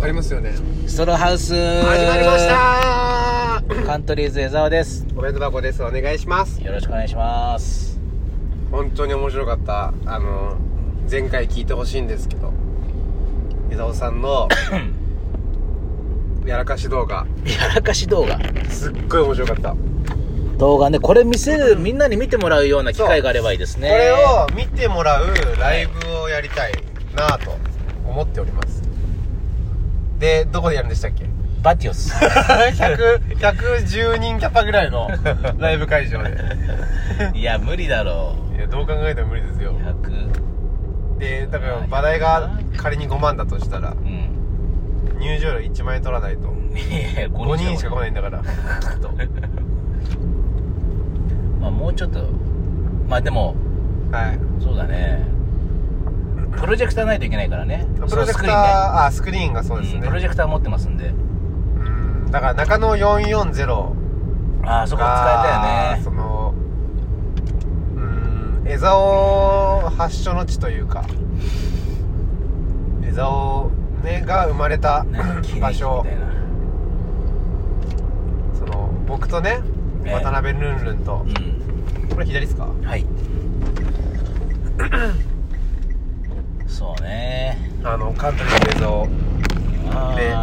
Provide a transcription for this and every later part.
かりますよね。 ストローハウス始まりました。 カントリーズ江澤です。 お弁当箱です。お願いします。 よろしくお願いします。 本当に面白かった。前回聞いてほしいんですけど、江澤さんのやらかし動画すっごい面白かった。 動画ね、これみんなに見てもらうような機会があればいいですね。 これを見てもらうライブをやりたいなぁと思っております。で、どこでやるんでしたっけ？ バティオス 110人キャパぐらいのライブ会場でいや無理だろう。 いやどう考えても無理ですよ。 100 で、だから場代が仮に5万だとしたら、入場料1万円取らないと5人しか来ないんだからきっとまあもうちょっと、まあでも、はい、そうだね、プロジェクターないといけないからね。 プロジェクター、あ、スクリーンがそうですね、 プロジェクター持ってますんで。 だから中野440、 あそこ使えたよね。 その江澤発祥の地というか、江澤ねが生まれた場所、その僕とね、渡辺ルンルンと、これ左ですか？ はい。そうね。 カントリーの江澤で、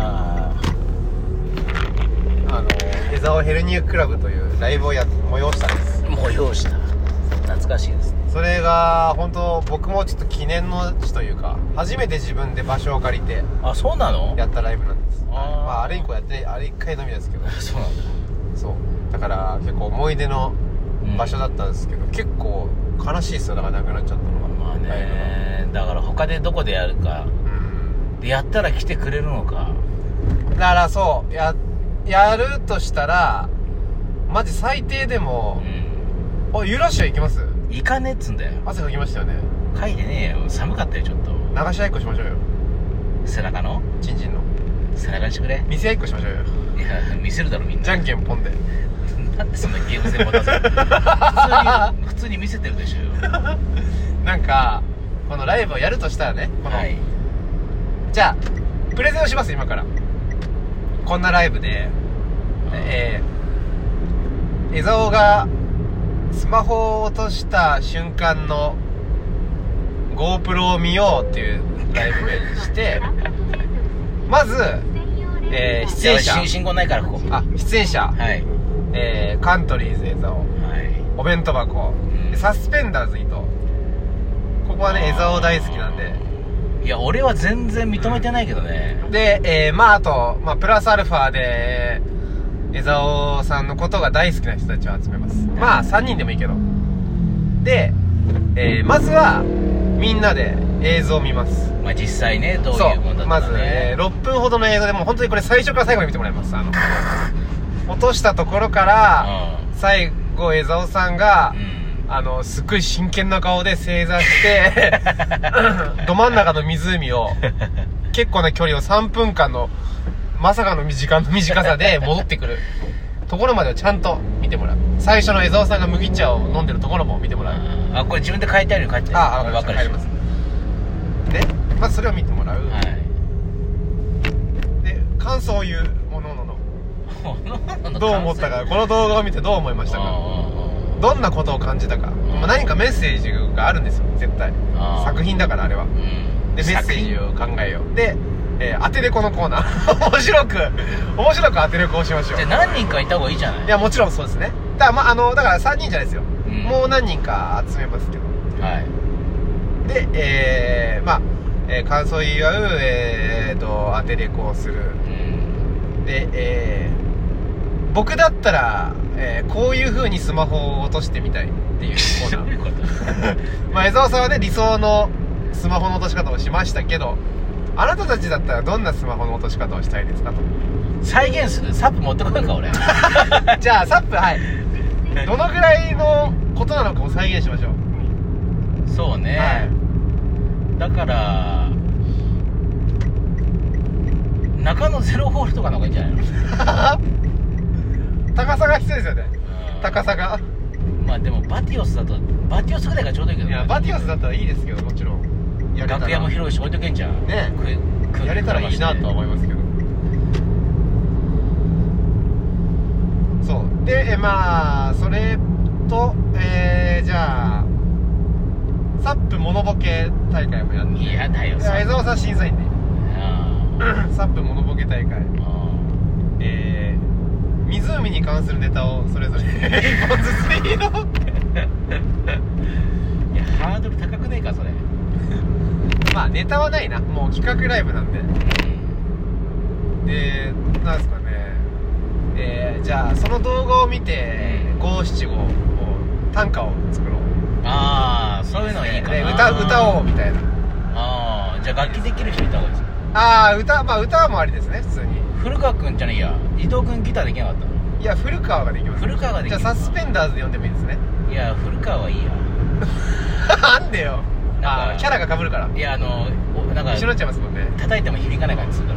江澤ヘルニュークラブというライブを催したんです。 催した。懐かしいですね。 それが本当僕もちょっと記念の地というか、初めて自分で場所を借りて、 あ、そうなの？ やったライブなんです。あれ以降やってあれ1回のみですけど。 そうなんだ。 そうだから結構思い出の場所だったんですけど、結構悲しいですよ。だからなくなっちゃったのが。 まあね、だから他でどこでやるか、でやったら来てくれるのか。 だからそうやるとしたらマジ最低でも、ユーラシア行きます？ 行かねえっつんだよ。 汗かきましたよね。 かいてねえよ、寒かったよ。ちょっと流し合いっこしましょうよ。 背中のチンチンの背中にしてくれ。 見せ合いっこしましょうよ。 いや見せるだろみんな。 じゃんけんポンでなんでそんなゲーム性持たせる普通に見せてるでしょなんかこのライブをやるとしたらね、はい、じゃあプレゼンをします。今からこんなライブで、江澤がスマホを落とした瞬間の GoPro を見ようっていうライブ名にしてまず、出演者、 信号ないからここ。 出演者、はい、カントリーズ江澤、はい、お弁当箱、サスペンダーズ伊藤。ここはね江澤大好きなんで。 いや俺は全然認めてないけどね。 で、あと、プラスアルファで江澤さんのことが大好きな人たちを集めます。3人でもいいけど。で、まずはみんなで映像を見ます。 実際ねどういうものだったかね。 まず、6分ほどの映像でもう本当にこれ最初から最後に見てもらいます。落としたところから、最後江澤さんが、すっごい真剣な顔で正座してど真ん中の湖を結構な距離を3分間のまさかの時間の短さで戻ってくるところまでをちゃんと見てもらう。最初の江澤さんが麦茶を飲んでるところも見てもらう。 これ自分で書いてあるよ。書いてある。 分かります。でまずそれを見てもらう、はい、で感想を言う。どう思ったか、この動画を見てどう思いましたか、どんなことを感じたか、何かメッセージがあるんですよ絶対。作品だからあれは、でメッセージを考えよう。で、当てレコのコーナー面白く当てレコをしましょう。 じゃあ何人かいた方がいいじゃない。 いやもちろんそうですね。だからだから3人じゃないですよ、もう何人か集めますけど、はい。で感想を言い合う、当てレコをする、で、僕だったら、こういう風にスマホを落としてみたいっていうコーナー江澤さんはね理想のスマホの落とし方をしましたけど、あなたたちだったらどんなスマホの落とし方をしたいですかと。 再現する。サップ持ってこいか俺じゃあサップ、はい、どのぐらいのことなのかを再現しましょう。 そうね、はい、だから中野ゼロホールとかの方がいいんじゃないの高さが必要ですよね。高さがでもバティオスぐらいがちょうどいいけどね。 いやバティオスだったらいいですけど、もちろん楽屋も広いし置いとけんじゃんね。 やれたらいいなとは思いますけど。そうで、まあそれとじゃあサップモノボケ大会もやって。 いやだよ、 江澤さん審査員でサップモノボケ大会、湖に関するネタをそれぞれ一本ずつ披露。 いやハードル高くねえかそれ。 まあネタはないな、もう企画ライブなんで。で、なんですかね、じゃあその動画を見て五七五を短歌を作ろう。 ああ、そういうのいいかな。 歌おうみたいな。 ああ、じゃあ楽器できる人いた方がいいですか。 ああ、まあ歌もありですね、普通に。 古川くんじゃねえや、伊藤くんギターできなかったの。 いや、古川ができます。 古川ができる。 じゃあサスペンダーズで呼んでもいいですね。 いや、古川はいいや。 なんでよ。ああ、キャラが被るから。 いや、なんか一緒になっちゃいますもんね。 叩いても響かない感じするから。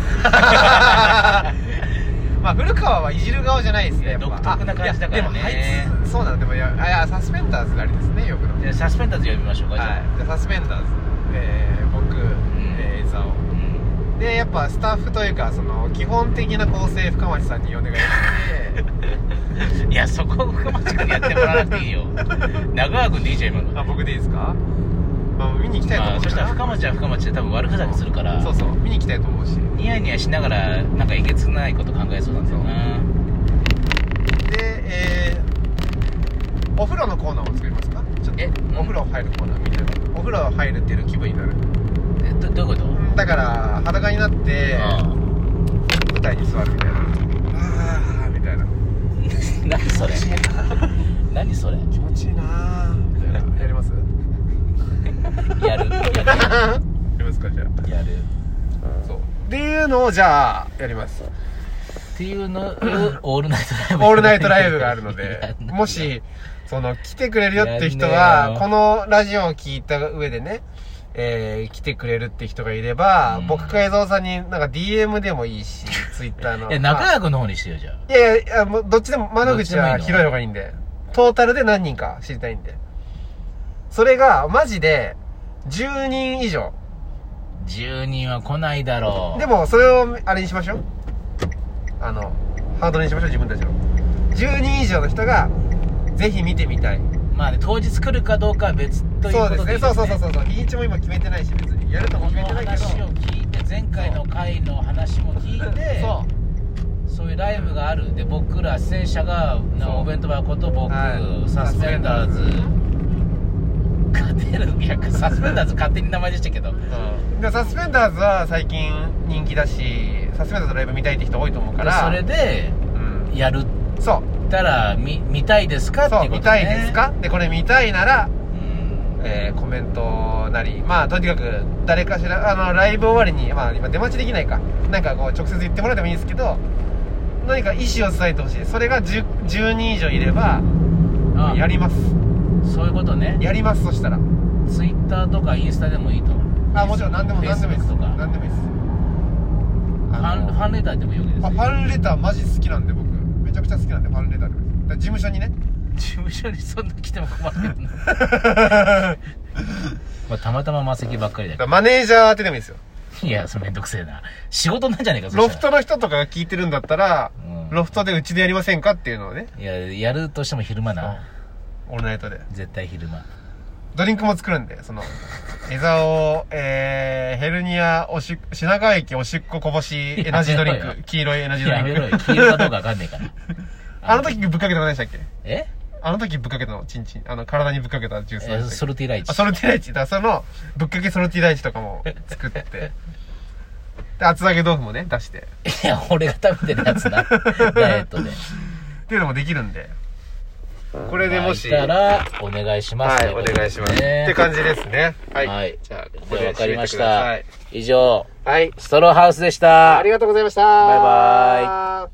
まあ古川はいじる側じゃないですね、やっぱ。 独特な感じだからね。 でもあいつそうなんでも、いやサスペンダーズがありですね、よくの。 じゃあサスペンダーズ呼びましょうか。 はい、じゃあサスペンダーズ、僕、江澤で、やっぱスタッフというかその基本的な構成深町さんにお願いしていや、そこを深町君にやってもらわなくていいよ。中川君でいいじゃん今の。 あ、僕でいいですか。まあ見に行きたいと思う。 そしたら深町は深町で多分悪ふざけするから。 そうそう、見に行きたいと思うし、 ニヤニヤしながらなんかえげつないこと考えそうなんですよな。 で、お風呂のコーナーを作りますか。ちょっとお風呂入るコーナー、みんなでお風呂入るっていう気分になる。 どういうこと？ だから裸になって舞台に座るみたいな。ああみたいな。 何それ。何それ。 気持ちいいなーみたいな。やります？ やる。 やりますか、じゃあ。 やる。 そうっていうのをじゃあやります。 っていうのをオールナイトライブ。 オールナイトライブがあるので、もしその来てくれるよって人はこのラジオを聞いた上でね、来てくれるって人がいれば、僕か江澤さんになんか DM でもいいし、ツイッターの。 中川君の方にしてよ、じゃあ。 いや、もうどっちでも、窓口は広い方がいいんで、トータルで何人か知りたいんで。それが、マジで、10人以上。 10人は来ないだろう。 でも、それを、あれにしましょう。ハードルにしましょう、自分たちの。10人以上の人が、ぜひ見てみたい。 まあね、当日来るかどうかは別ということで、ね。 そうですね。そう。日にちも今決めてないし、別に。やるとも決めてないけど。 この話を聞いて、前回の回の話も聞いて、そういうライブがある。で、僕ら出演者が、お弁当箱と僕、サスペンダーズ、勝てる。いや、サスペンダーズ勝手に名前でしたけど。 でサスペンダーズは最近人気だし、サスペンダーズのライブ見たいって人多いと思うから。 それで、やる。 そう。 たら見たいですかっていうことね。 見たいですかで、これ見たいなら、コメントなり、まあとにかく誰かしらライブ終わりに、まあ今出待ちできないか、なんかこう直接言ってもらってもいいですけど、何か意思を伝えてほしい。それが 10人以上いればやります。 そういうことね。 やります。そしたらツイッターとかインスタでもいいと思う。 もちろん何でもいいです。何でもいいです。ファンレターでもいいわけです。 ファンレターマジ好きなんで、僕めちゃくちゃ好きなんで、ファンレターでもいいです。事務所にね、 事務所にそんな来ても困るけどな。まあたまたま魔石ばっかりだけど、 マネージャーってでもいいですよ。 いや、それめんどくせえな。仕事なんじゃねえか。 ロフトの人とかが聞いてるんだったら、ロフトでうちでやりませんかっていうのをね。 いや、やるとしても昼間な。 オールナイトで絶対昼間。 ドリンクも作るんで、江澤ヘルニア品川駅おしっここぼしエナジードリンク、黄色いエナジードリンク。 やめろよ、黄色かどうかわかんねえから。 あの時ぶっかけたの何でしたっけ？ あの時ぶっかけたの、チンチン。体にぶっかけたジュース。 ソルティライチ。 ソルティライチ。だからぶっかけソルティライチとかも作って。で、厚揚げ豆腐もね、出して。 いや、俺が食べてるやつな。ダイエットで。 っていうのもできるんで。これでもし。 たら、お願いします。 はい、お願いします。って感じですね。はい。 じゃあ、ここでわかりました。以上、 はい。 ストローハウスでした。 ありがとうございました。 バイバイ。